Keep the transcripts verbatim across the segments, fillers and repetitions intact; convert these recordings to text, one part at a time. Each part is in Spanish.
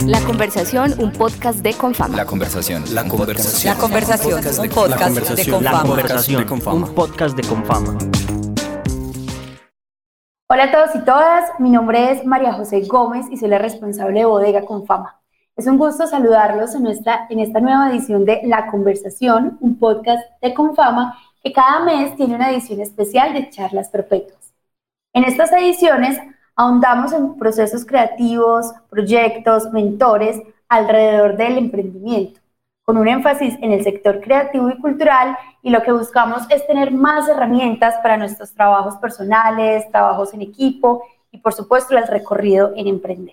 La Conversación, un podcast de Confama. La Conversación. La Conversación. La Conversación, un podcast de Confama. La Conversación, un podcast de Confama. Hola a todos y todas, mi nombre es María José Gómez y soy la responsable de Bodega Confama. Es un gusto saludarlos en, nuestra, en esta nueva edición de La Conversación, un podcast de Confama que cada mes tiene una edición especial de charlas perpetuas. En estas ediciones ahondamos en procesos creativos, proyectos, mentores alrededor del emprendimiento, con un énfasis en el sector creativo y cultural, y lo que buscamos es tener más herramientas para nuestros trabajos personales, trabajos en equipo y por supuesto el recorrido en emprender.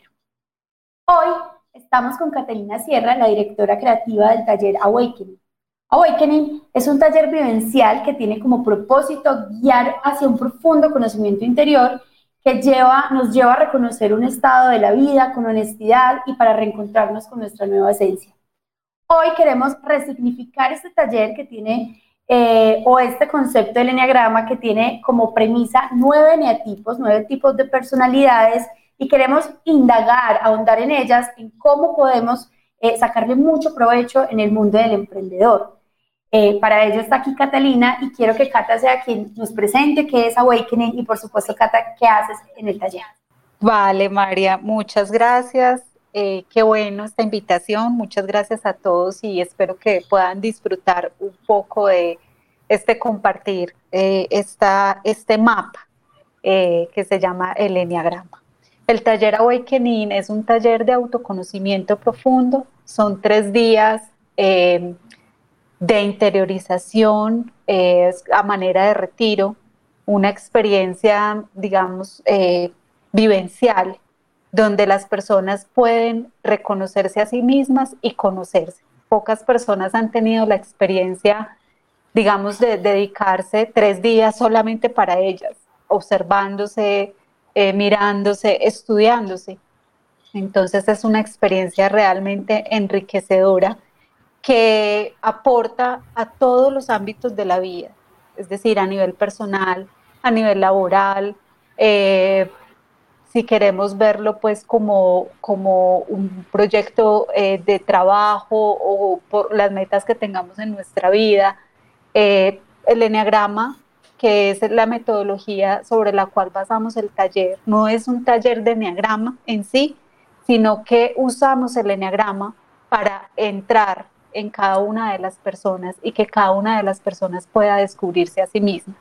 Hoy estamos con Catalina Sierra, la directora creativa del taller Awakening. Awakening es un taller vivencial que tiene como propósito guiar hacia un profundo conocimiento interior que lleva, nos lleva a reconocer un estado de la vida con honestidad y para reencontrarnos con nuestra nueva esencia. Hoy queremos resignificar este taller que tiene, eh, o este concepto del eneagrama que tiene como premisa nueve eneatipos, nueve tipos de personalidades, y queremos indagar, ahondar en ellas, en cómo podemos eh, sacarle mucho provecho en el mundo del emprendedor. Eh, para ello está aquí Catalina y quiero que Cata sea quien nos presente qué es Awakening y por supuesto, Cata, qué haces en el taller. Vale, María, muchas gracias. Eh, qué bueno esta invitación. Muchas gracias a todos y espero que puedan disfrutar un poco de este compartir, eh, esta, este mapa eh, que se llama el eneagrama. El taller Awakening es un taller de autoconocimiento profundo. Son tres días eh, de interiorización, eh, a manera de retiro, una experiencia, digamos, eh, vivencial, donde las personas pueden reconocerse a sí mismas y conocerse. Pocas personas han tenido la experiencia, digamos, de dedicarse tres días solamente para ellas, observándose, eh, mirándose, estudiándose. Entonces es una experiencia realmente enriquecedora que aporta a todos los ámbitos de la vida, es decir, a nivel personal, a nivel laboral, eh, si queremos verlo pues como, como un proyecto eh, de trabajo o por las metas que tengamos en nuestra vida. Eh, el eneagrama, que es la metodología sobre la cual basamos el taller, no es un taller de eneagrama en sí, sino que usamos el eneagrama para entrar en cada una de las personas y que cada una de las personas pueda descubrirse a sí mismas.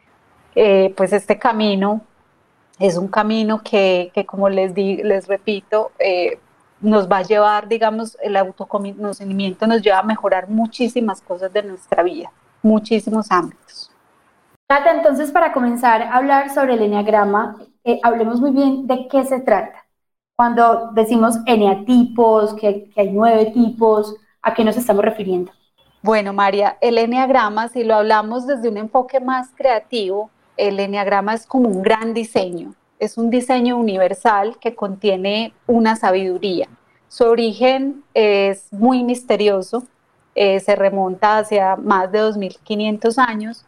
Eh, pues este camino es un camino que, que como les, di, les repito, eh, nos va a llevar, digamos, el autoconocimiento nos lleva a mejorar muchísimas cosas de nuestra vida, muchísimos ámbitos. Cata, entonces para comenzar a hablar sobre el eneagrama, eh, hablemos muy bien de qué se trata. Cuando decimos eneatipos, que, que hay nueve tipos, ¿a qué nos estamos refiriendo? Bueno, María, el eneagrama, si lo hablamos desde un enfoque más creativo, el eneagrama es como un gran diseño, es un diseño universal que contiene una sabiduría. Su origen es muy misterioso, eh, se remonta hacia más de dos mil quinientos años,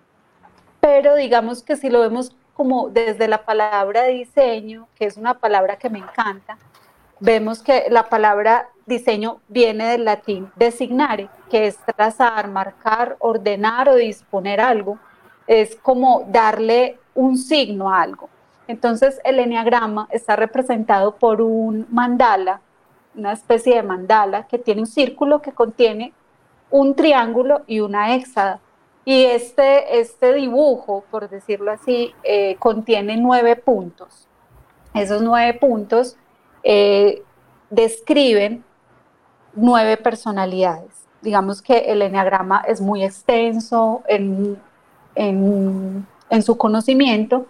pero digamos que si lo vemos como desde la palabra diseño, que es una palabra que me encanta, vemos que la palabra diseño viene del latín designare, que es trazar, marcar, ordenar o disponer algo. Es como darle un signo a algo. Entonces el eneagrama está representado por un mandala, una especie de mandala que tiene un círculo que contiene un triángulo y una héxada. Y este, este dibujo, por decirlo así, eh, contiene nueve puntos. Esos nueve puntos eh, describen nueve personalidades. Digamos que el eneagrama es muy extenso en, en, en su conocimiento,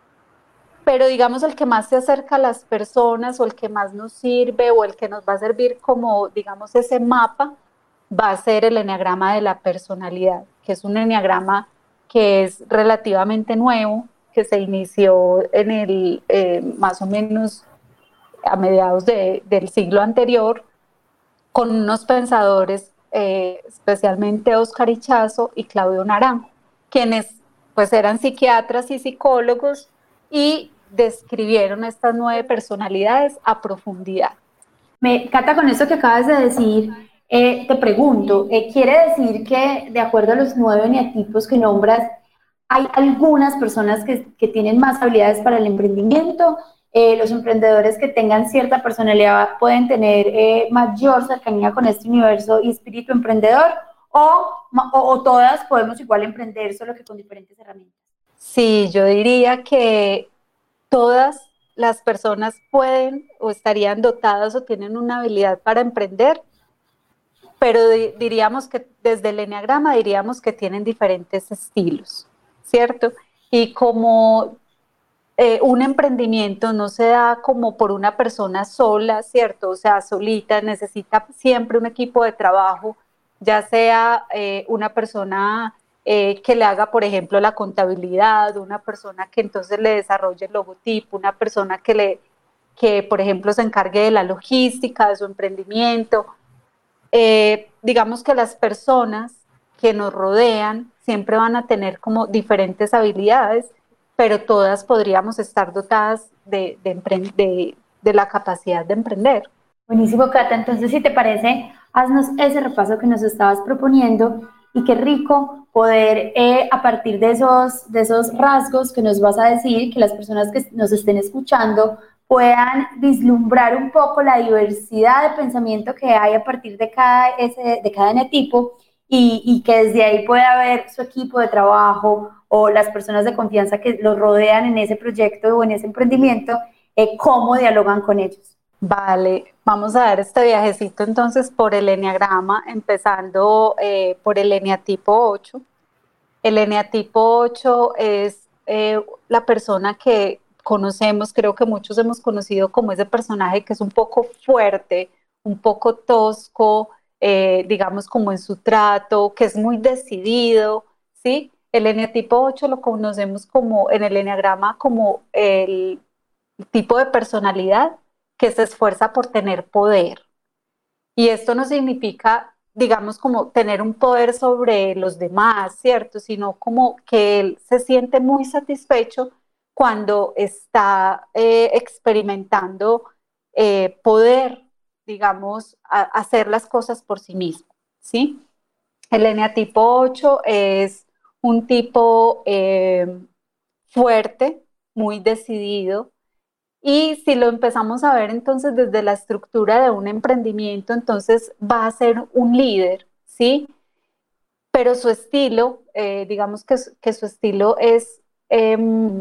pero digamos el que más se acerca a las personas o el que más nos sirve o el que nos va a servir como, digamos, ese mapa, va a ser el eneagrama de la personalidad, que es un eneagrama que es relativamente nuevo, que se inició en el, eh, más o menos a mediados de, del siglo anterior, con unos pensadores, eh, especialmente Óscar Ichazo y Claudio Naranjo, quienes pues eran psiquiatras y psicólogos y describieron estas nueve personalidades a profundidad. Me, Cata, con esto que acabas de decir, eh, te pregunto, eh, ¿quiere decir que de acuerdo a los nueve eneatipos que nombras, hay algunas personas que, que tienen más habilidades para el emprendimiento? Eh, ¿Los emprendedores que tengan cierta personalidad pueden tener eh, mayor cercanía con este universo y espíritu emprendedor? O, o, ¿O todas podemos igual emprender, solo que con diferentes herramientas? Sí, yo diría que todas las personas pueden o estarían dotadas o tienen una habilidad para emprender, pero di- diríamos que desde el eneagrama diríamos que tienen diferentes estilos, ¿cierto? Y como eh, un emprendimiento no se da como por una persona sola, ¿cierto? O sea, solita, necesita siempre un equipo de trabajo, ya sea eh, una persona eh, que le haga, por ejemplo, la contabilidad, una persona que entonces le desarrolle el logotipo, una persona que, le, que por ejemplo, se encargue de la logística de su emprendimiento. Eh, digamos que las personas que nos rodean siempre van a tener como diferentes habilidades, pero todas podríamos estar dotadas de, de, de, de la capacidad de emprender. Buenísimo, Cata. Entonces, si te parece, haznos ese repaso que nos estabas proponiendo y qué rico poder, eh, a partir de esos, de esos rasgos que nos vas a decir, que las personas que nos estén escuchando puedan vislumbrar un poco la diversidad de pensamiento que hay a partir de cada, ese, de cada eneatipo y, y que desde ahí pueda haber su equipo de trabajo o las personas de confianza que los rodean en ese proyecto o en ese emprendimiento, eh, cómo dialogan con ellos. Vale, vamos a dar este viajecito entonces por el eneagrama, empezando eh, por el eneatipo ocho. El eneatipo ocho es eh, la persona que conocemos, creo que muchos hemos conocido como ese personaje que es un poco fuerte, un poco tosco, eh, digamos como en su trato, que es muy decidido, ¿sí? El eneatipo ocho lo conocemos como en el eneagrama como el tipo de personalidad que se esfuerza por tener poder. Y esto no significa, digamos, como tener un poder sobre los demás, ¿cierto? Sino como que él se siente muy satisfecho cuando está eh, experimentando eh, poder, digamos, a, hacer las cosas por sí mismo, ¿sí? El eneatipo ocho es un tipo eh, fuerte, muy decidido. Y si lo empezamos a ver entonces desde la estructura de un emprendimiento, entonces va a ser un líder, ¿sí? Pero su estilo, eh, digamos que, que su estilo es eh,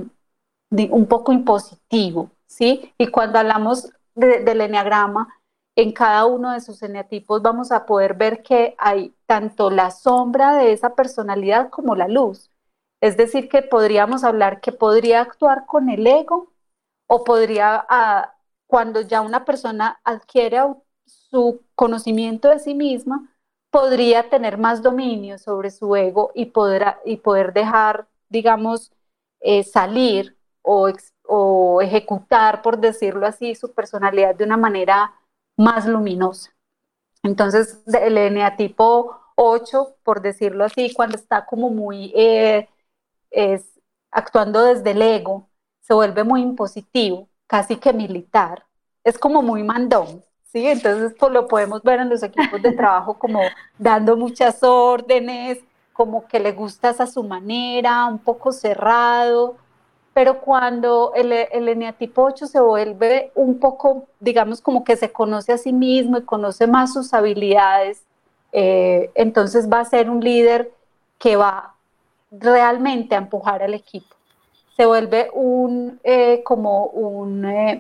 un poco impositivo, ¿sí? Y cuando hablamos de, del eneagrama, en cada uno de sus eneatipos vamos a poder ver que hay tanto la sombra de esa personalidad como la luz. Es decir, que podríamos hablar que podría actuar con el ego, o podría, uh, cuando ya una persona adquiere su conocimiento de sí misma, podría tener más dominio sobre su ego y poder, y poder dejar, digamos, eh, salir o, o ejecutar, por decirlo así, su personalidad de una manera más luminosa. Entonces, el eneatipo ocho, por decirlo así, cuando está como muy eh, es, actuando desde el ego, se vuelve muy impositivo, casi que militar, es como muy mandón, ¿sí? Entonces pues, lo podemos ver en los equipos de trabajo como dando muchas órdenes, como que le gustas a su manera, un poco cerrado, pero cuando el, el eneatipo ocho se vuelve un poco, digamos, como que se conoce a sí mismo y conoce más sus habilidades, eh, entonces va a ser un líder que va realmente a empujar al equipo. Se vuelve un, eh, como un, eh,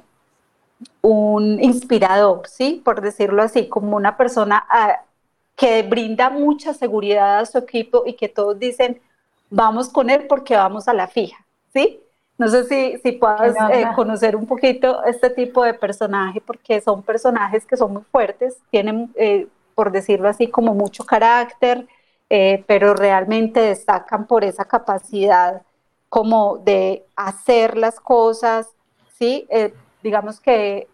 un inspirador, ¿sí? Por decirlo así, como una persona a, que brinda mucha seguridad a su equipo y que todos dicen, vamos con él porque vamos a la fija, ¿sí? No sé si, si puedas eh, conocer un poquito este tipo de personaje, porque son personajes que son muy fuertes, tienen, eh, por decirlo así, como mucho carácter, eh, pero realmente destacan por esa capacidad como de hacer las cosas, ¿sí? Eh, digamos que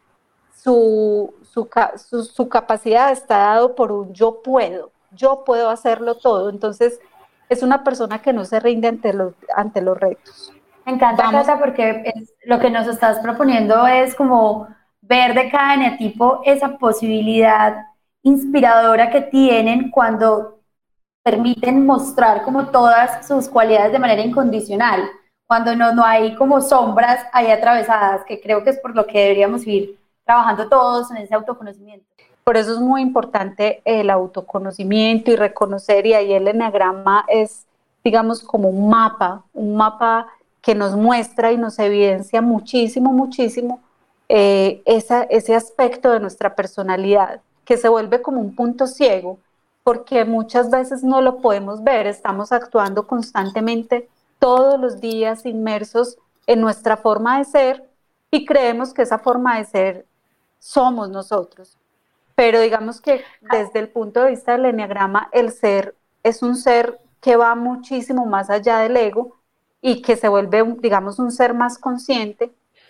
su, su, su, su capacidad está dado por un yo puedo, yo puedo hacerlo todo, entonces es una persona que no se rinde ante los, ante los retos. Me encanta, Cata, porque es, lo que nos estás proponiendo es como ver de cada eneatipo esa posibilidad inspiradora que tienen cuando permiten mostrar como todas sus cualidades de manera incondicional, cuando no, no hay como sombras ahí atravesadas, que creo que es por lo que deberíamos ir trabajando todos en ese autoconocimiento. Por eso es muy importante el autoconocimiento y reconocer, y ahí el eneagrama es, digamos, como un mapa, un mapa que nos muestra y nos evidencia muchísimo, muchísimo eh, esa, ese aspecto de nuestra personalidad, que se vuelve como un punto ciego, porque muchas veces no lo podemos ver, estamos actuando constantemente todos los días inmersos en nuestra forma de ser y creemos que esa forma de ser somos nosotros. Pero digamos que desde el punto de vista del eneagrama, el ser es un ser que va muchísimo más allá del ego y que se vuelve, digamos, un ser más consciente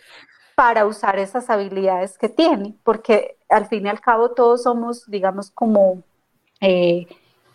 para usar esas habilidades que tiene, porque al fin y al cabo todos somos, digamos, como eh,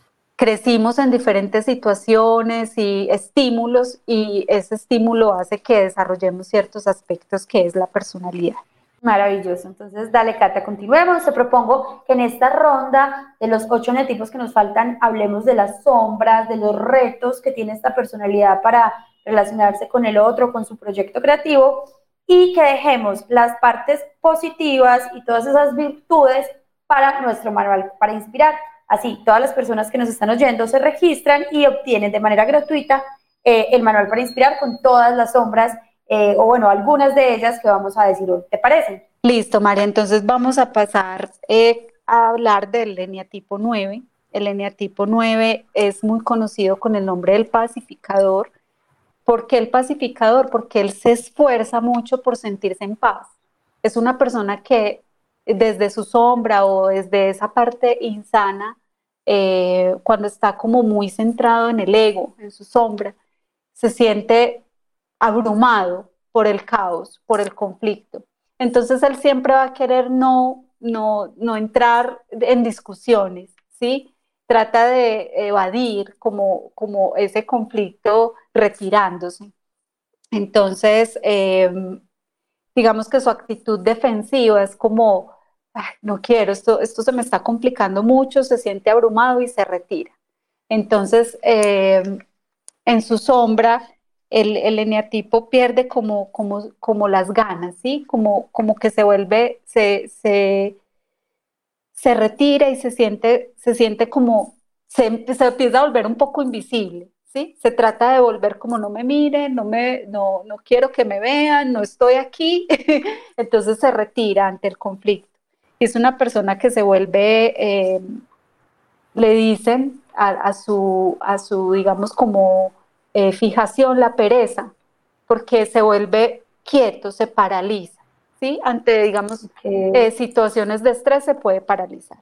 crecimos en diferentes situaciones y estímulos, y ese estímulo hace que desarrollemos ciertos aspectos que es la personalidad. Maravilloso. Entonces, dale, Cata, continuemos. Te propongo que en esta ronda de los ocho eneatipos que nos faltan, hablemos de las sombras, de los retos que tiene esta personalidad para relacionarse con el otro, con su proyecto creativo, y que dejemos las partes positivas y todas esas virtudes para nuestro manual, para inspirar. Así, todas las personas que nos están oyendo se registran y obtienen de manera gratuita eh, el manual para inspirar con todas las sombras Eh, o bueno, algunas de ellas que vamos a decir hoy. ¿Te parece? Listo, María, entonces vamos a pasar eh, a hablar del eneatipo nueve. El eneatipo nueve es muy conocido con el nombre del pacificador. ¿Por qué el pacificador? Porque él se esfuerza mucho por sentirse en paz. Es una persona que desde su sombra o desde esa parte insana, eh, cuando está como muy centrado en el ego, en su sombra, se siente abrumado por el caos, por el conflicto. Entonces él siempre va a querer no, no, no entrar en discusiones, ¿sí? Trata de evadir como, como ese conflicto retirándose. Entonces, eh, digamos que su actitud defensiva es como, ay, no quiero, esto, esto se me está complicando mucho, se siente abrumado y se retira. Entonces, eh, en su sombra, el, el eneatipo pierde como, como, como las ganas, ¿sí? Como, como que se vuelve, se, se, se retira y se siente, se siente como, se, se empieza a volver un poco invisible, ¿sí? Se trata de volver como no me miren, no, me, no, no quiero que me vean, no estoy aquí, entonces se retira ante el conflicto. Y es una persona que se vuelve, eh, le dicen a, a, su, a su, digamos, como eh, fijación, la pereza, porque se vuelve quieto, se paraliza, ¿sí? Ante, digamos, okay. eh, situaciones de estrés se puede paralizar.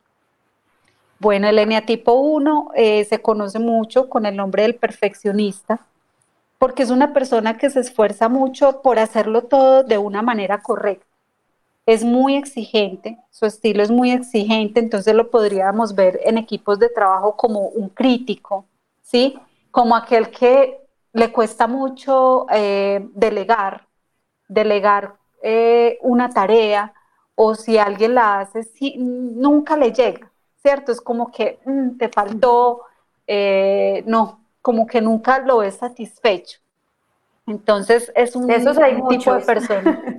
Bueno, el eneatipo uno eh, se conoce mucho con el nombre del perfeccionista, porque es una persona que se esfuerza mucho por hacerlo todo de una manera correcta. Es muy exigente, su estilo es muy exigente, entonces lo podríamos ver en equipos de trabajo como un crítico, ¿sí? Como aquel que le cuesta mucho eh, delegar, delegar eh, una tarea, o si alguien la hace, sí, nunca le llega, ¿cierto? Es como que mmm, te faltó, eh, no, como que nunca lo ves satisfecho. Entonces es un, Esos hay un muchos. tipo de persona.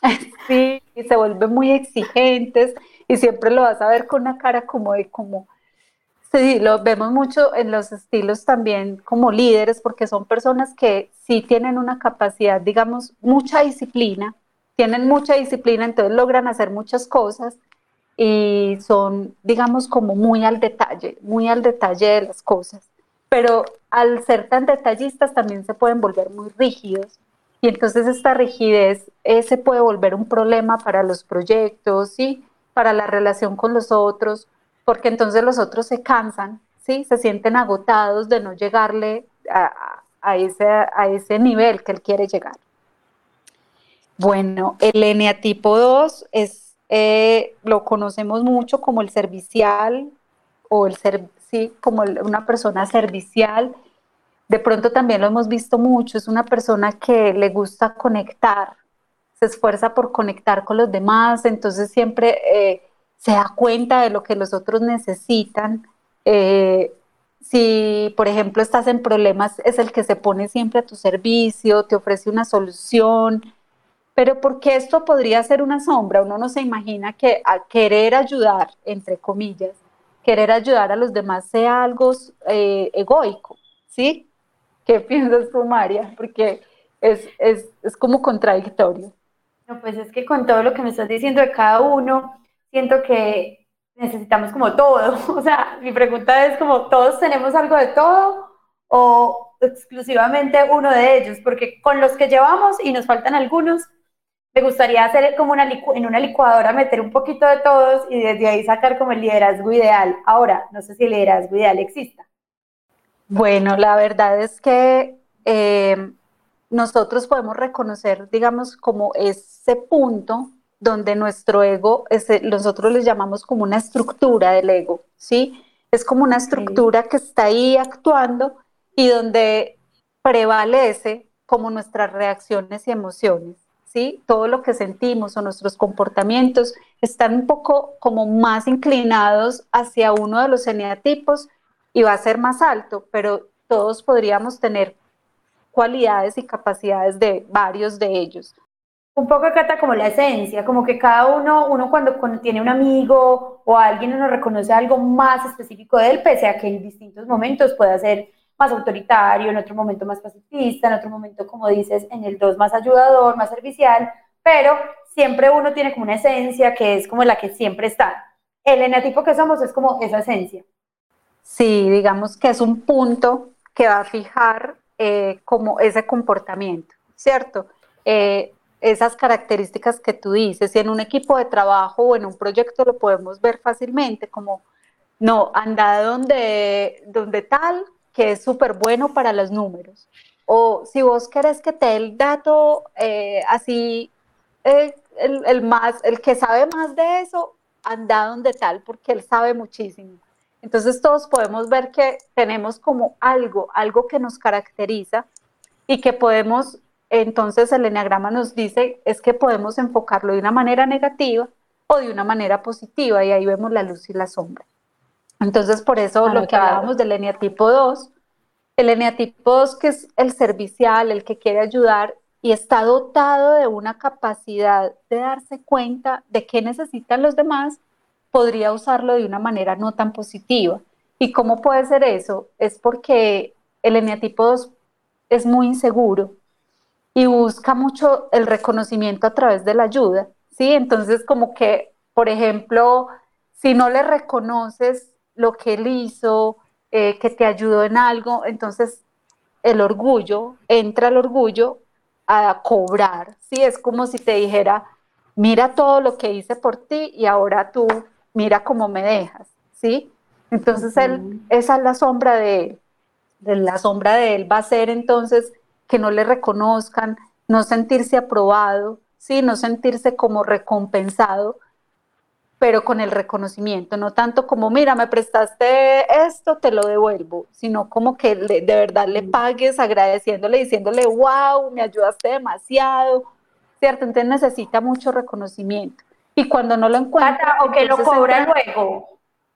Sí, y se vuelven muy exigentes y siempre lo vas a ver con una cara como de como, sí, lo vemos mucho en los estilos también como líderes, porque son personas que sí tienen una capacidad, digamos, mucha disciplina, tienen mucha disciplina, entonces logran hacer muchas cosas y son, digamos, como muy al detalle, muy al detalle de las cosas, pero al ser tan detallistas también se pueden volver muy rígidos. Y entonces esta rigidez eh, se puede volver un problema para los proyectos, ¿sí? Para la relación con los otros, porque entonces los otros se cansan, ¿sí? Se sienten agotados de no llegarle a, a, ese, a ese nivel que él quiere llegar. Bueno, el eneatipo dos es, eh, lo conocemos mucho como el servicial, o el ser, sí, como una persona servicial. De pronto también lo hemos visto mucho, es una persona que le gusta conectar, se esfuerza por conectar con los demás, entonces siempre eh, se da cuenta de lo que los otros necesitan. Eh, si, por ejemplo, estás en problemas, es el que se pone siempre a tu servicio, te ofrece una solución. Pero porque esto podría ser una sombra, uno no se imagina que a querer ayudar, entre comillas, querer ayudar a los demás sea algo eh, egoico, ¿sí? ¿Qué piensas tú, María? Porque es, es, es como contradictorio. No, pues es que con todo lo que me estás diciendo de cada uno, siento que necesitamos como todo. O sea, mi pregunta es como, ¿todos tenemos algo de todo o exclusivamente uno de ellos? Porque con los que llevamos y nos faltan algunos, me gustaría hacer como una licu- en una licuadora, meter un poquito de todos y desde ahí sacar como el liderazgo ideal. Ahora, no sé si el liderazgo ideal exista. Bueno, la verdad es que eh, nosotros podemos reconocer, digamos, como ese punto donde nuestro ego, ese, nosotros les llamamos como una estructura del ego, ¿sí? Es como una estructura que está ahí actuando y donde prevalece como nuestras reacciones y emociones, ¿sí? Todo lo que sentimos o nuestros comportamientos están un poco como más inclinados hacia uno de los eneatipos y va a ser más alto, pero todos podríamos tener cualidades y capacidades de varios de ellos. Un poco Cata como la esencia, como que cada uno, uno cuando, cuando tiene un amigo o alguien uno reconoce algo más específico de él, pese a que en distintos momentos pueda ser más autoritario, en otro momento más pacifista, en otro momento, como dices, en el dos más ayudador, más servicial, pero siempre uno tiene como una esencia que es como la que siempre está. El eneatipo que somos es como esa esencia. Sí, digamos que es un punto que va a fijar eh, como ese comportamiento, ¿cierto? Eh, esas características que tú dices, y en un equipo de trabajo o en un proyecto lo podemos ver fácilmente, como, no, anda donde, donde tal, que es súper bueno para los números, o si vos querés que te dé el dato eh, así, eh, el, el, más, el que sabe más de eso, anda donde tal, porque él sabe muchísimo. Entonces todos podemos ver que tenemos como algo, algo que nos caracteriza y que podemos, entonces el eneagrama nos dice, es que podemos enfocarlo de una manera negativa o de una manera positiva, y ahí vemos la luz y la sombra. Entonces por eso ah, lo que claro. hablábamos del eneatipo dos, el eneatipo dos que es el servicial, el que quiere ayudar y está dotado de una capacidad de darse cuenta de qué necesitan los demás, podría usarlo de una manera no tan positiva. ¿Y cómo puede ser eso? Es porque el eneatipo dos es muy inseguro y busca mucho el reconocimiento a través de la ayuda, ¿sí? Entonces, como que, por ejemplo, si no le reconoces lo que él hizo, eh, que te ayudó en algo, entonces el orgullo, entra el orgullo a cobrar, ¿sí? Es como si te dijera, mira todo lo que hice por ti y ahora tú mira cómo me dejas, ¿sí? Entonces uh-huh. él, esa es la sombra de él. De la sombra de él va a ser entonces que no le reconozcan, no sentirse aprobado, ¿sí? No sentirse como recompensado, pero con el reconocimiento, no tanto como, mira, me prestaste esto, te lo devuelvo, sino como que le, de verdad le pagues agradeciéndole, diciéndole, wow, me ayudaste demasiado, ¿cierto? Entonces necesita mucho reconocimiento. Y cuando no lo encuentra... O que lo cobra entra... luego.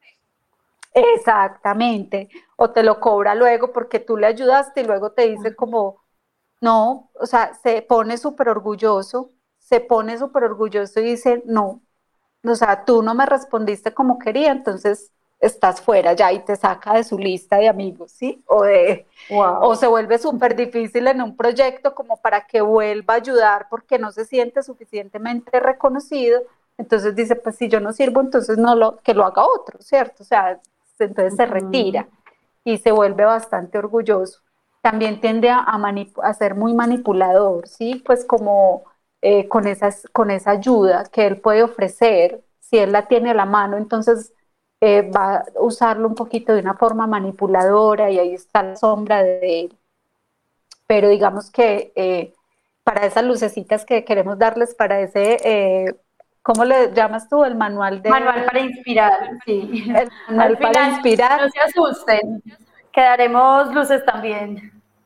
Exactamente, o te lo cobra luego porque tú le ayudaste y luego te dice como, no, o sea, se pone súper orgulloso, se pone súper orgulloso y dice, no, o sea, tú no me respondiste como quería, entonces estás fuera ya, y te saca de su lista de amigos, ¿sí? O, de, wow. o se vuelve súper difícil en un proyecto como para que vuelva a ayudar porque no se siente suficientemente reconocido, entonces dice, pues si yo no sirvo, entonces no lo, que lo haga otro, ¿cierto? O sea, entonces uh-huh. se retira y se vuelve bastante orgulloso. También tiende a, a, manip- a ser muy manipulador, ¿sí? Pues como eh, con, esas, con esa ayuda que él puede ofrecer, si él la tiene a la mano, entonces eh, va a usarlo un poquito de una forma manipuladora y ahí está la sombra de él. Pero digamos que eh, para esas lucecitas que queremos darles, para ese... Eh, ¿cómo le llamas tú? El manual de... Manual para inspirar, sí. El manual Al final, para inspirar. No se asusten, que daremos luces también.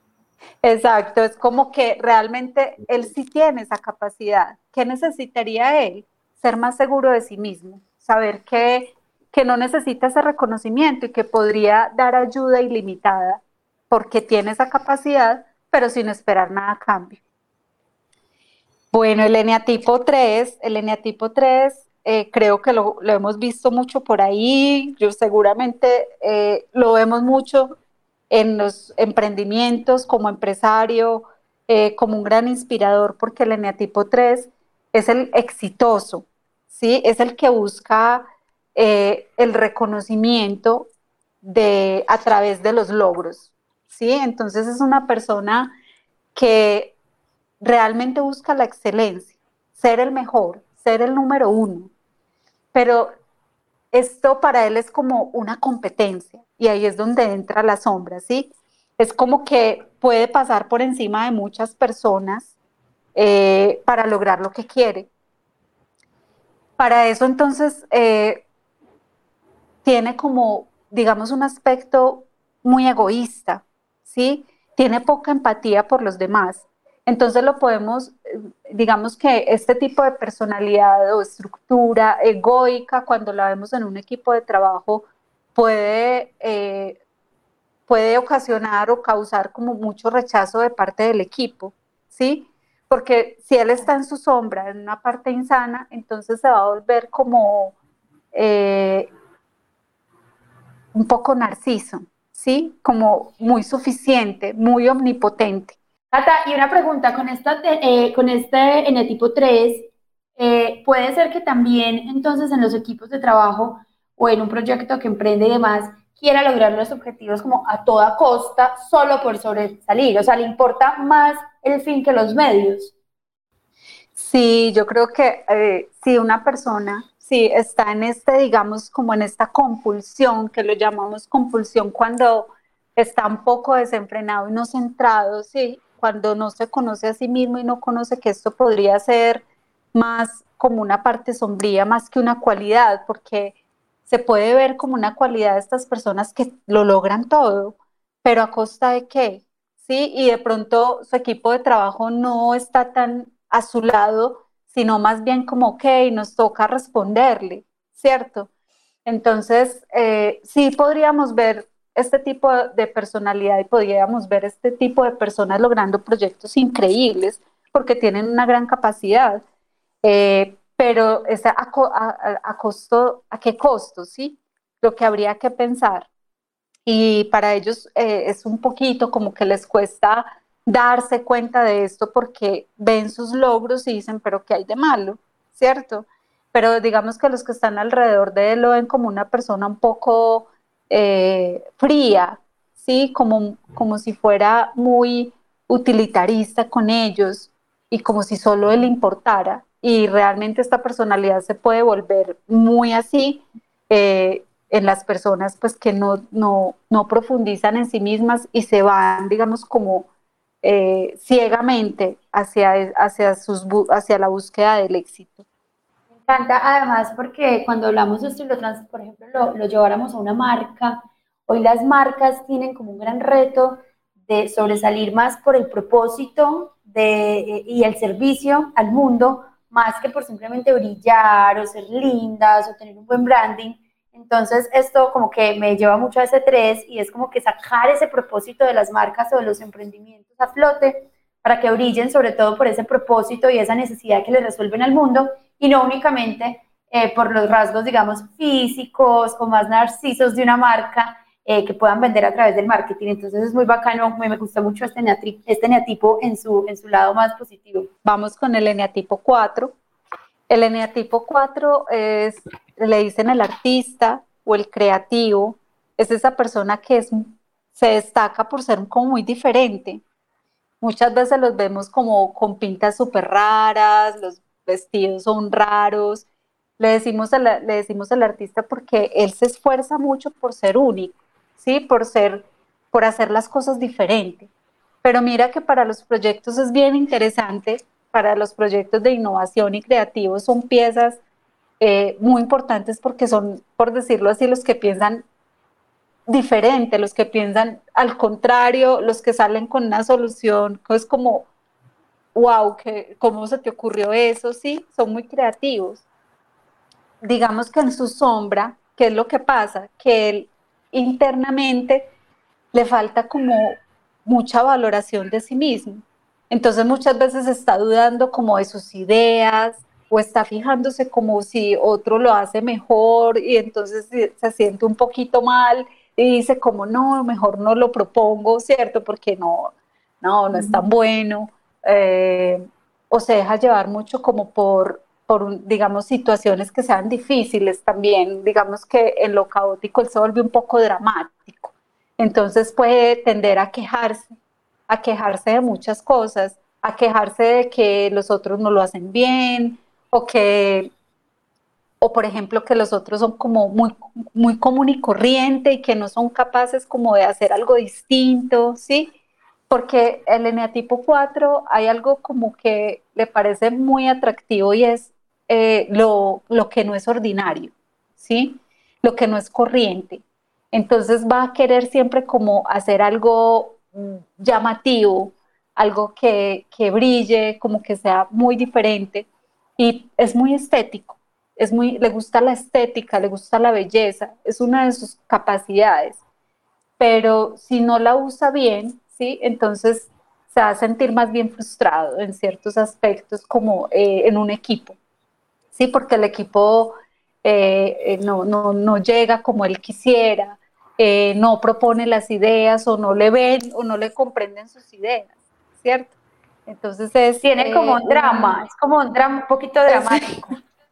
Exacto, es como que realmente él sí tiene esa capacidad. ¿Qué necesitaría él? Ser más seguro de sí mismo, saber que, que no necesita ese reconocimiento y que podría dar ayuda ilimitada porque tiene esa capacidad, pero sin esperar nada a cambio. Bueno, el eneatipo tres, el eneatipo tres eh, creo que lo, lo hemos visto mucho por ahí, yo seguramente eh, lo vemos mucho en los emprendimientos, como empresario, eh, como un gran inspirador, porque el eneatipo tres es el exitoso, ¿sí? Es el que busca eh, el reconocimiento de, a través de los logros, ¿sí? Entonces es una persona que realmente busca la excelencia, ser el mejor, ser el número uno, pero esto para él es como una competencia y ahí es donde entra la sombra, ¿sí? Es como que puede pasar por encima de muchas personas eh, para lograr lo que quiere. Para eso entonces eh, tiene como, digamos, un aspecto muy egoísta, ¿sí? Tiene poca empatía por los demás. Entonces lo podemos, digamos que este tipo de personalidad o estructura egoica, cuando la vemos en un equipo de trabajo, puede, eh, puede ocasionar o causar como mucho rechazo de parte del equipo, ¿sí? Porque si él está en su sombra, en una parte insana, entonces se va a volver como eh, un poco narciso, ¿sí? Como muy suficiente, muy omnipotente. Cata, y una pregunta, con, esta, eh, con este eneatipo tres, eh, ¿puede ser que también entonces en los equipos de trabajo o en un proyecto que emprende y demás, quiera lograr los objetivos como a toda costa, solo por sobresalir? O sea, ¿le importa más el fin que los medios? Sí, yo creo que eh, si una persona sí, está en este, digamos, como en esta compulsión, que lo llamamos compulsión cuando está un poco desenfrenado y no centrado, sí, cuando no se conoce a sí mismo y no conoce que esto podría ser más como una parte sombría, más que una cualidad, porque se puede ver como una cualidad de estas personas que lo logran todo, pero ¿a costa de qué? ¿Sí? Y de pronto su equipo de trabajo no está tan a su lado, sino más bien como, ok, nos toca responderle, ¿cierto? Entonces, eh, sí podríamos ver este tipo de personalidad y podríamos ver este tipo de personas logrando proyectos increíbles porque tienen una gran capacidad, eh, pero es a, a, a, costo, ¿a qué costo? ¿Sí? Lo que habría que pensar. Y para ellos eh, es un poquito como que les cuesta darse cuenta de esto porque ven sus logros y dicen, pero ¿qué hay de malo? ¿Cierto? Pero digamos que los que están alrededor de él lo ven como una persona un poco eh, fría, ¿sí? Como, como si fuera muy utilitarista con ellos y como si solo él importara. Y realmente esta personalidad se puede volver muy así, eh, en las personas pues que no, no, no profundizan en sí mismas y se van, digamos, como eh, ciegamente hacia, hacia, sus, hacia la búsqueda del éxito. Me encanta además porque cuando hablamos de estilo trans, por ejemplo, lo, lo lleváramos a una marca, hoy las marcas tienen como un gran reto de sobresalir más por el propósito de, y el servicio al mundo, más que por simplemente brillar o ser lindas o tener un buen branding. Entonces esto como que me lleva mucho a ese tres y es como que sacar ese propósito de las marcas o de los emprendimientos a flote para que brillen sobre todo por ese propósito y esa necesidad que les resuelven al mundo y no únicamente eh, por los rasgos, digamos, físicos o más narcisos de una marca eh, que puedan vender a través del marketing. Entonces es muy bacano, me, me gusta mucho este, eneatipo, este eneatipo en su, en su lado más positivo. Vamos con el eneatipo cuatro. El eneatipo cuatro es, le dicen el artista o el creativo, es esa persona que es, se destaca por ser como muy diferente. Muchas veces los vemos como con pintas súper raras, los vestidos son raros. Le decimos, a la, le decimos al artista porque él se esfuerza mucho por ser único, ¿sí? Por ser, por hacer las cosas diferentes. Pero mira que para los proyectos es bien interesante. Para los proyectos de innovación y creativos son piezas eh, muy importantes porque son, por decirlo así, los que piensan diferente, los que piensan al contrario, los que salen con una solución, que es como, wow, que, ¿cómo se te ocurrió eso? Sí, son muy creativos. Digamos que en su sombra, ¿qué es lo que pasa? Que él internamente le falta como mucha valoración de sí mismo. Entonces muchas veces está dudando como de sus ideas o está fijándose como si otro lo hace mejor y entonces se siente un poquito mal y dice como no, mejor no lo propongo, ¿cierto? Porque no, no, no es tan bueno. Eh, o se deja llevar mucho como por, por, digamos, situaciones que sean difíciles también. Digamos que en lo caótico él se vuelve un poco dramático. Entonces puede tender a quejarse, a quejarse de muchas cosas, a quejarse de que los otros no lo hacen bien, o que, o por ejemplo, que los otros son como muy, muy común y corriente y que no son capaces como de hacer algo distinto, ¿sí? Porque el eneatipo cuatro hay algo como que le parece muy atractivo y es eh, lo, lo que no es ordinario, ¿sí? Lo que no es corriente. Entonces va a querer siempre como hacer algo llamativo, algo que, que brille, como que sea muy diferente y es muy estético, es muy, le gusta la estética, le gusta la belleza, es una de sus capacidades, pero si no la usa bien, ¿sí? Entonces se va a sentir más bien frustrado en ciertos aspectos como eh, en un equipo, ¿sí? Porque el equipo eh, eh, no, no, no llega como él quisiera, eh, no propone las ideas o no le ven o no le comprenden sus ideas, ¿cierto? Entonces es... Tiene como eh, un drama, un, es como un drama un poquito dramático.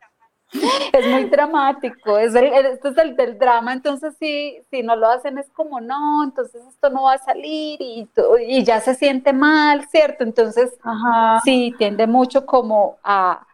es muy dramático, es el, el, este es el del drama, entonces si, si no lo hacen es como no, entonces esto no va a salir y, y ya se siente mal, ¿cierto? Entonces Ajá. sí, tiende mucho como a,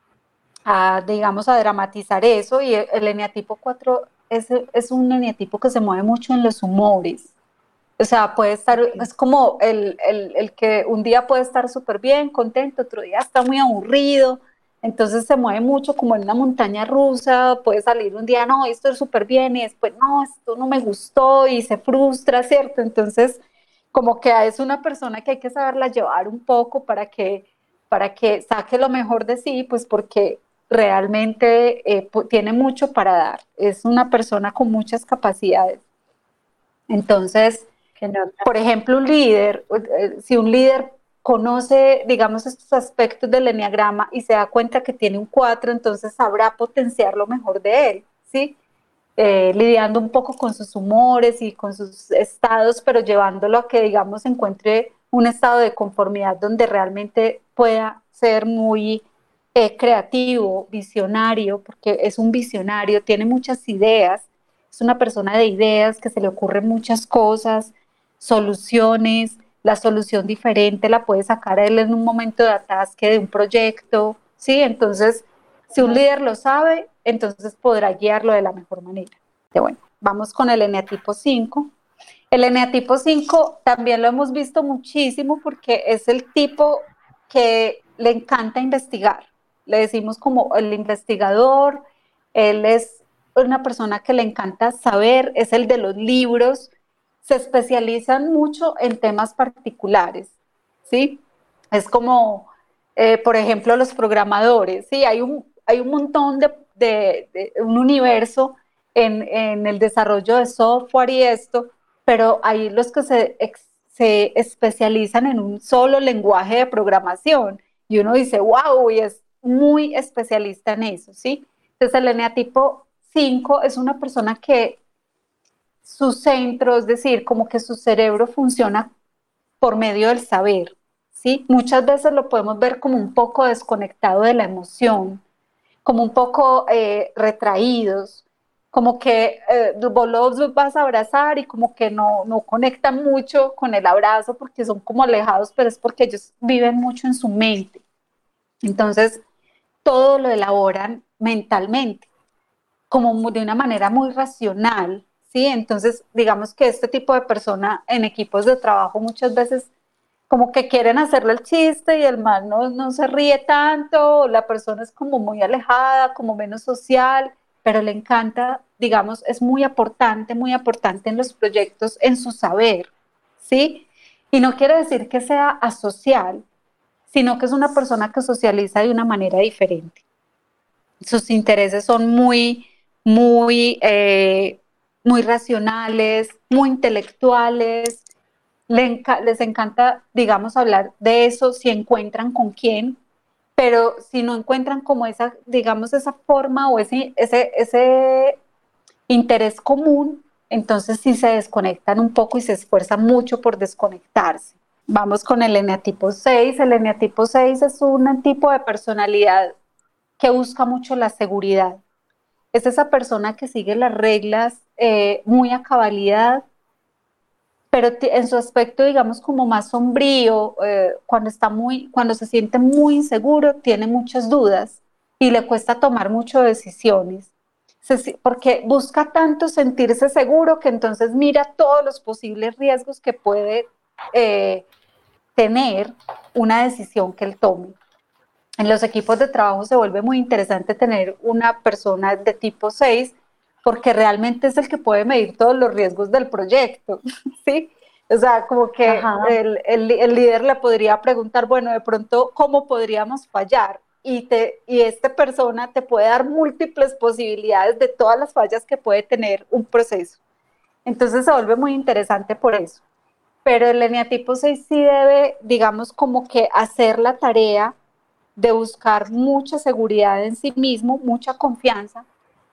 a digamos, a dramatizar eso y el, el eneatipo cuatro es, es un eneatipo que se mueve mucho en los humores. O sea, puede estar, okay. Es como el, el, el que un día puede estar súper bien, contento, otro día está muy aburrido, entonces se mueve mucho como en una montaña rusa, puede salir un día, no, esto es súper bien, y después, no, esto no me gustó, y se frustra, ¿cierto? Entonces, como que es una persona que hay que saberla llevar un poco para que, para que saque lo mejor de sí, pues porque realmente eh, tiene mucho para dar, es una persona con muchas capacidades. Entonces, por ejemplo, un líder, si un líder conoce, digamos, estos aspectos del eneagrama y se da cuenta que tiene un cuatro, entonces sabrá potenciar lo mejor de él, ¿sí? Eh, lidiando un poco con sus humores y con sus estados, pero llevándolo a que, digamos, encuentre un estado de conformidad donde realmente pueda ser muy eh, creativo, visionario, porque es un visionario, tiene muchas ideas, es una persona de ideas, que se le ocurren muchas cosas, soluciones, la solución diferente la puede sacar él en un momento de atasque de un proyecto, ¿sí? Entonces, si un líder lo sabe, entonces podrá guiarlo de la mejor manera. De bueno, vamos con el eneatipo cinco. El eneatipo cinco también lo hemos visto muchísimo porque es el tipo que le encanta investigar. Le decimos como el investigador, él es una persona que le encanta saber, es el de los libros, se especializan mucho en temas particulares, ¿sí? Es como, eh, por ejemplo, los programadores, ¿sí? Hay un, hay un montón de, de, de un universo en, en el desarrollo de software y esto, pero hay los que se, se especializan en un solo lenguaje de programación y uno dice, wow, y es muy especialista en eso, ¿sí? Entonces el eneatipo cinco es una persona que su centro, es decir, como que su cerebro funciona por medio del saber, ¿sí? Muchas veces lo podemos ver como un poco desconectado de la emoción, como un poco eh, retraídos, como que eh, vos los vas a abrazar y como que no, no conectan mucho con el abrazo porque son como alejados, pero es porque ellos viven mucho en su mente. Entonces, todo lo elaboran mentalmente, como de una manera muy racional, ¿sí? Entonces, digamos que este tipo de persona en equipos de trabajo muchas veces como que quieren hacerle el chiste y el man no, no se ríe tanto, la persona es como muy alejada, como menos social, pero le encanta, digamos, es muy aportante, muy aportante en los proyectos, en su saber, ¿sí? Y no quiere decir que sea asocial, sino que es una persona que socializa de una manera diferente. Sus intereses son muy, muy, eh, muy racionales, muy intelectuales. Les, enca les encanta, digamos, hablar de eso si encuentran con quién, pero si no encuentran como esa, digamos, esa forma o ese, ese, ese interés común, entonces sí se desconectan un poco y se esfuerzan mucho por desconectarse. Vamos con el eneatipo seis. El eneatipo seis es un tipo de personalidad que busca mucho la seguridad. Es esa persona que sigue las reglas eh, muy a cabalidad, pero en su aspecto, digamos, como más sombrío, eh, cuando, está muy, cuando se siente muy inseguro, tiene muchas dudas y le cuesta tomar muchas decisiones, se, porque busca tanto sentirse seguro que entonces mira todos los posibles riesgos que puede eh, tener una decisión que él tome. En los equipos de trabajo se vuelve muy interesante tener una persona de tipo seis, porque realmente es el que puede medir todos los riesgos del proyecto, ¿sí? O sea, como que el, el, el líder le podría preguntar, bueno, de pronto, ¿cómo podríamos fallar? Y, te, y esta persona te puede dar múltiples posibilidades de todas las fallas que puede tener un proceso. Entonces se vuelve muy interesante por eso. Pero el eneatipo seis sí debe, digamos, como que hacer la tarea de buscar mucha seguridad en sí mismo, mucha confianza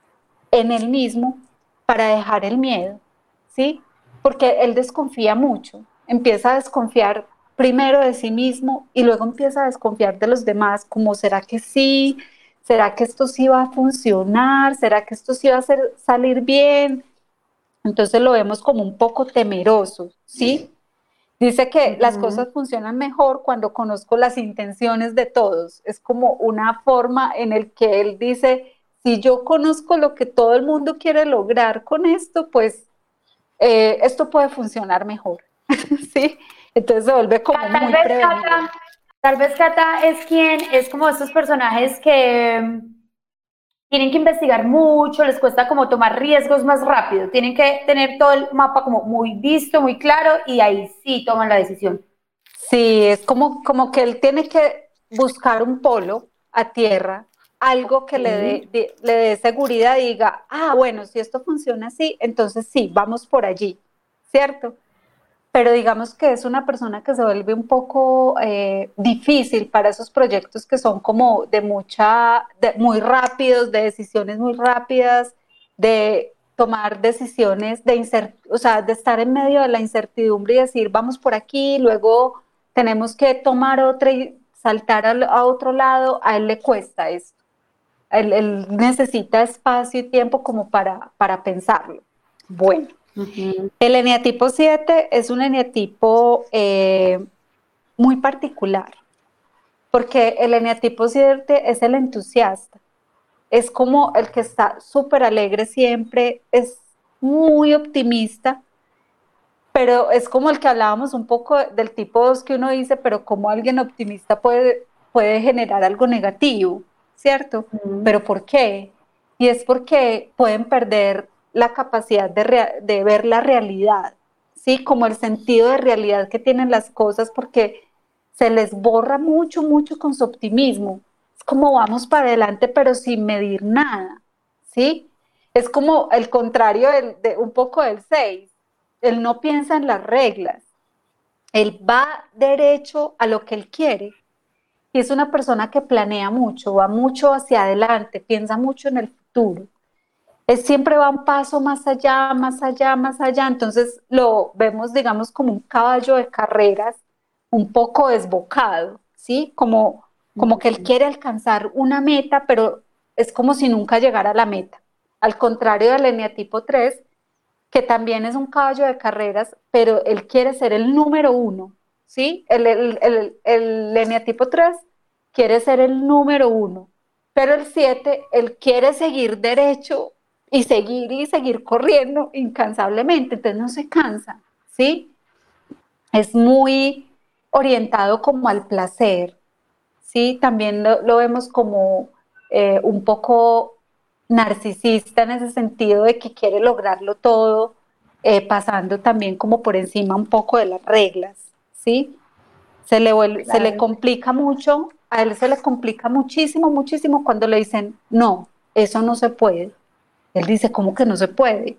en él mismo para dejar el miedo, ¿sí? Porque él desconfía mucho, empieza a desconfiar primero de sí mismo y luego empieza a desconfiar de los demás, como ¿será que sí? ¿Será que esto sí va a funcionar? ¿Será que esto sí va a hacer, salir bien? Entonces lo vemos como un poco temeroso, ¿sí? Dice que uh-huh. las cosas funcionan mejor cuando conozco las intenciones de todos. Es como una forma en el que él dice, si yo conozco lo que todo el mundo quiere lograr con esto, pues eh, esto puede funcionar mejor. ¿Sí? Entonces se vuelve como tal muy vez prevenido. Cata, tal vez Cata es quien, es como estos personajes que tienen que investigar mucho, les cuesta como tomar riesgos más rápido, tienen que tener todo el mapa como muy visto, muy claro, y ahí sí toman la decisión. Sí, es como, como que él tiene que buscar un polo a tierra, algo que le dé, de, le dé seguridad y diga, ah, bueno, si esto funciona así, entonces sí, vamos por allí, ¿cierto? Pero digamos que es una persona que se vuelve un poco eh, difícil para esos proyectos que son como de mucha, de, muy rápidos, de decisiones muy rápidas, de tomar decisiones, de, incert o sea, de estar en medio de la incertidumbre y decir, vamos por aquí, luego tenemos que tomar otra y saltar a, a otro lado. A él le cuesta esto. Él, él necesita espacio y tiempo como para, para pensarlo. Bueno. Uh-huh. El eneatipo siete es un eneatipo eh, muy particular, porque el eneatipo siete es el entusiasta, es como el que está súper alegre siempre, es muy optimista, pero es como el que hablábamos un poco del tipo dos, que uno dice, pero ¿cómo alguien optimista puede, puede generar algo negativo? ¿Cierto? Uh-huh. ¿Pero por qué? Y es porque pueden perder la capacidad de, de ver la realidad, ¿sí? Como el sentido de realidad que tienen las cosas, porque se les borra mucho, mucho con su optimismo. Es como vamos para adelante, pero sin medir nada, ¿sí? Es como el contrario del, de un poco del seis. Él no piensa en las reglas. Él va derecho a lo que él quiere. Y es una persona que planea mucho, va mucho hacia adelante, piensa mucho en el futuro. Él siempre va un paso más allá, más allá, más allá. Entonces lo vemos, digamos, como un caballo de carreras, un poco desbocado, ¿sí? Como, como que él quiere alcanzar una meta, pero es como si nunca llegara a la meta. Al contrario del eneatipo tres, que también es un caballo de carreras, pero él quiere ser el número uno, ¿sí? El, el, el, el eneatipo tres quiere ser el número uno, pero el siete, él quiere seguir derecho y seguir y seguir corriendo incansablemente, entonces no se cansa, ¿sí? Es muy orientado como al placer, ¿sí? También lo, lo vemos como eh, un poco narcisista en ese sentido de que quiere lograrlo todo, eh, pasando también como por encima un poco de las reglas, ¿sí? Se le, vuelve, claro. se le complica mucho, a él se le complica muchísimo, muchísimo cuando le dicen, no, eso no se puede. Él dice, ¿cómo que no se puede?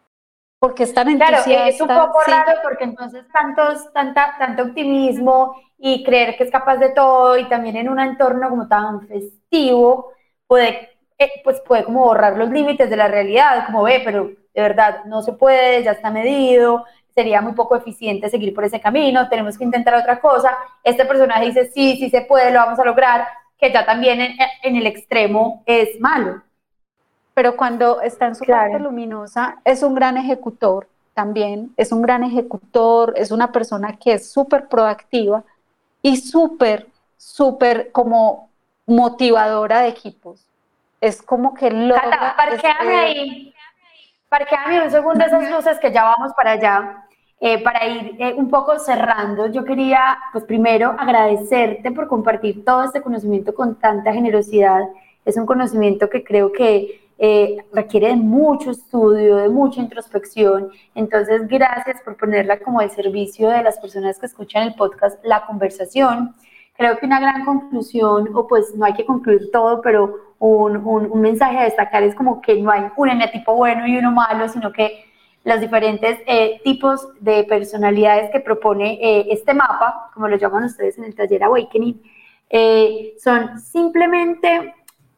Porque es tan entusiasta. Claro, es un poco sí. raro porque entonces tantos, tanta, tanto optimismo y creer que es capaz de todo y también en un entorno como tan festivo puede, eh, pues puede como borrar los límites de la realidad, como ve, pero de verdad no se puede, ya está medido, sería muy poco eficiente seguir por ese camino, tenemos que intentar otra cosa. Este personaje dice, sí, sí se puede, lo vamos a lograr, que ya también en, en el extremo es malo. Pero cuando está en su claro. parte luminosa, es un gran ejecutor también, es un gran ejecutor, es una persona que es súper proactiva y súper, súper como motivadora de equipos. Es como que logra... Cata, parquéame ahí, parquéame un segundo esas luces que ya vamos para allá, eh, para ir eh, un poco cerrando. Yo quería, pues primero, agradecerte por compartir todo este conocimiento con tanta generosidad. Es un conocimiento que creo que Eh, requiere de mucho estudio, de mucha introspección, entonces gracias por ponerla como al servicio de las personas que escuchan el podcast La Conversación. Creo que una gran conclusión, o pues no hay que concluir todo, pero un, un, un mensaje a destacar es como que no hay un eneatipo bueno y uno malo, sino que los diferentes eh, tipos de personalidades que propone eh, este mapa, como lo llaman ustedes en el taller Awakening, eh, son simplemente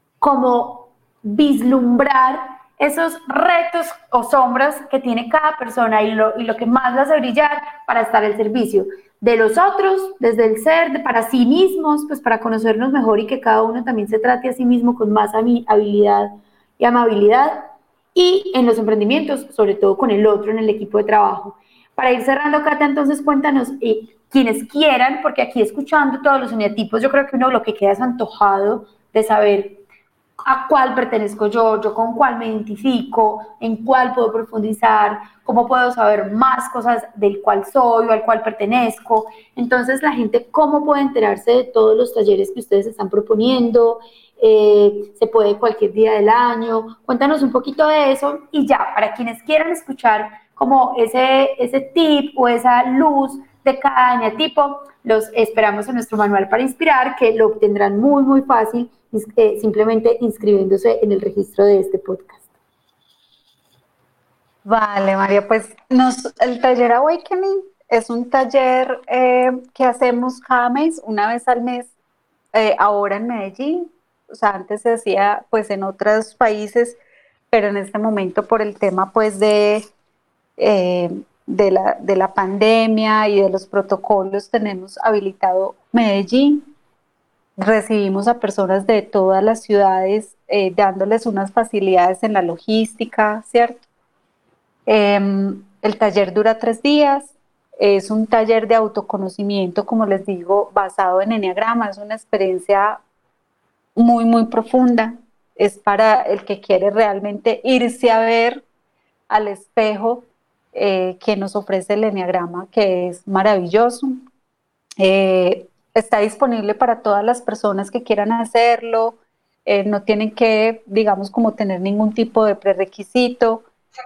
como vislumbrar esos retos o sombras que tiene cada persona y lo, y lo que más la hace brillar para estar al servicio de los otros, desde el ser, de, para sí mismos, pues para conocernos mejor y que cada uno también se trate a sí mismo con más habilidad y amabilidad, y en los emprendimientos, sobre todo con el otro en el equipo de trabajo. Para ir cerrando, Cata, entonces cuéntanos, eh, quienes quieran, porque aquí escuchando todos los eneatipos, yo creo que uno lo que queda es antojado de saber a cuál pertenezco yo, yo con cuál me identifico, en cuál puedo profundizar, cómo puedo saber más cosas del cual soy o al cual pertenezco. Entonces, la gente, ¿cómo puede enterarse de todos los talleres que ustedes están proponiendo? Eh, ¿se puede cualquier día del año? Cuéntanos un poquito de eso y ya, para quienes quieran escuchar como ese, ese tip o esa luz de cada eneatipo, los esperamos en nuestro manual para inspirar, que lo obtendrán muy, muy fácil, Eh, simplemente inscribiéndose en el registro de este podcast. Vale, María, pues nos, el taller Awakening es un taller eh, que hacemos cada mes, una vez al mes, eh, ahora en Medellín. O sea, antes se hacía pues en otros países, pero en este momento por el tema pues de, eh, de, la, de la pandemia y de los protocolos tenemos habilitado Medellín. Recibimos a personas de todas las ciudades eh, dándoles unas facilidades en la logística, ¿cierto? Eh, el taller dura tres días, es un taller de autoconocimiento, como les digo, basado en eneagrama, es una experiencia muy, muy profunda, es para el que quiere realmente irse a ver al espejo eh, que nos ofrece el eneagrama, que es maravilloso. Eh, Está disponible para todas las personas que quieran hacerlo, eh, no tienen que, digamos, como tener ningún tipo de prerequisito.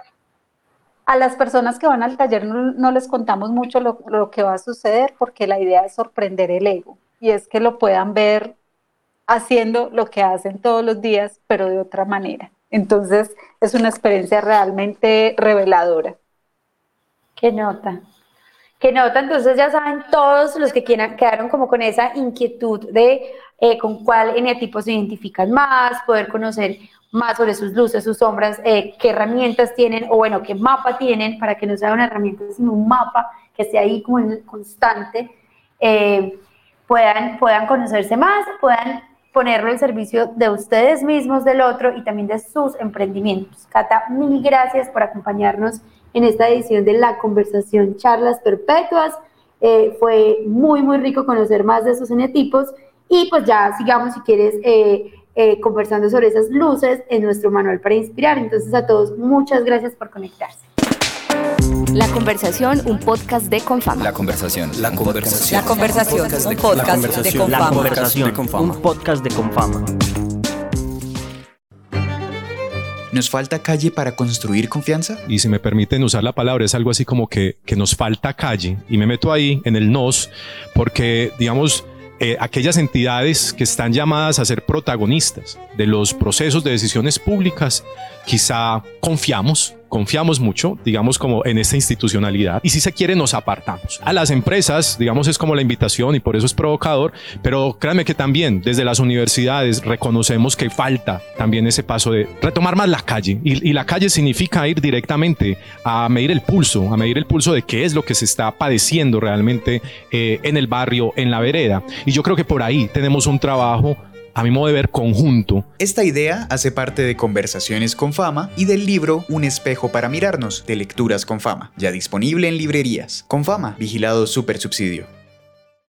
A las personas que van al taller no, no les contamos mucho lo, lo que va a suceder porque la idea es sorprender el ego y es que lo puedan ver haciendo lo que hacen todos los días, pero de otra manera. Entonces, es una experiencia realmente reveladora. ¿Qué nota? ¿Qué nota? Entonces ya saben todos los que quieran, quedaron como con esa inquietud de eh, con cuál eneatipo se identifican más, poder conocer más sobre sus luces, sus sombras, eh, qué herramientas tienen, o bueno, qué mapa tienen, para que no sea una herramienta, sino un mapa que esté ahí como en constante, eh, puedan, puedan conocerse más, puedan ponerlo al servicio de ustedes mismos, del otro y también de sus emprendimientos. Cata, mil gracias por acompañarnos en esta edición de La Conversación Charlas Perpetuas. Eh, fue muy, muy rico conocer más de esos eneatipos y pues ya sigamos, si quieres, eh, eh, conversando sobre esas luces en nuestro manual para inspirar. Entonces, a todos, muchas gracias por conectarse. La Conversación, un podcast de Confama. La Conversación. La Conversación. La Conversación, un podcast de Confama. La Conversación, un podcast de Confama. ¿Nos falta calle para construir confianza? Y si me permiten usar la palabra, es algo así como que, que nos falta calle. Y me meto ahí en el nos, porque, digamos, eh, aquellas entidades que están llamadas a ser protagonistas de los procesos de decisiones públicas, quizá confiamos, confiamos mucho, digamos, como en esta institucionalidad, y si se quiere nos apartamos. A las empresas, digamos, es como la invitación y por eso es provocador, pero créanme que también desde las universidades reconocemos que falta también ese paso de retomar más la calle, y, y la calle significa ir directamente a medir el pulso, a medir el pulso de qué es lo que se está padeciendo realmente eh, en el barrio, en la vereda, y yo creo que por ahí tenemos un trabajo, a mi modo de ver, conjunto. Esta idea hace parte de Conversaciones con Fama y del libro Un espejo para mirarnos, de Lecturas con Fama, ya disponible en librerías. Con Fama, vigilado Supersubsidio.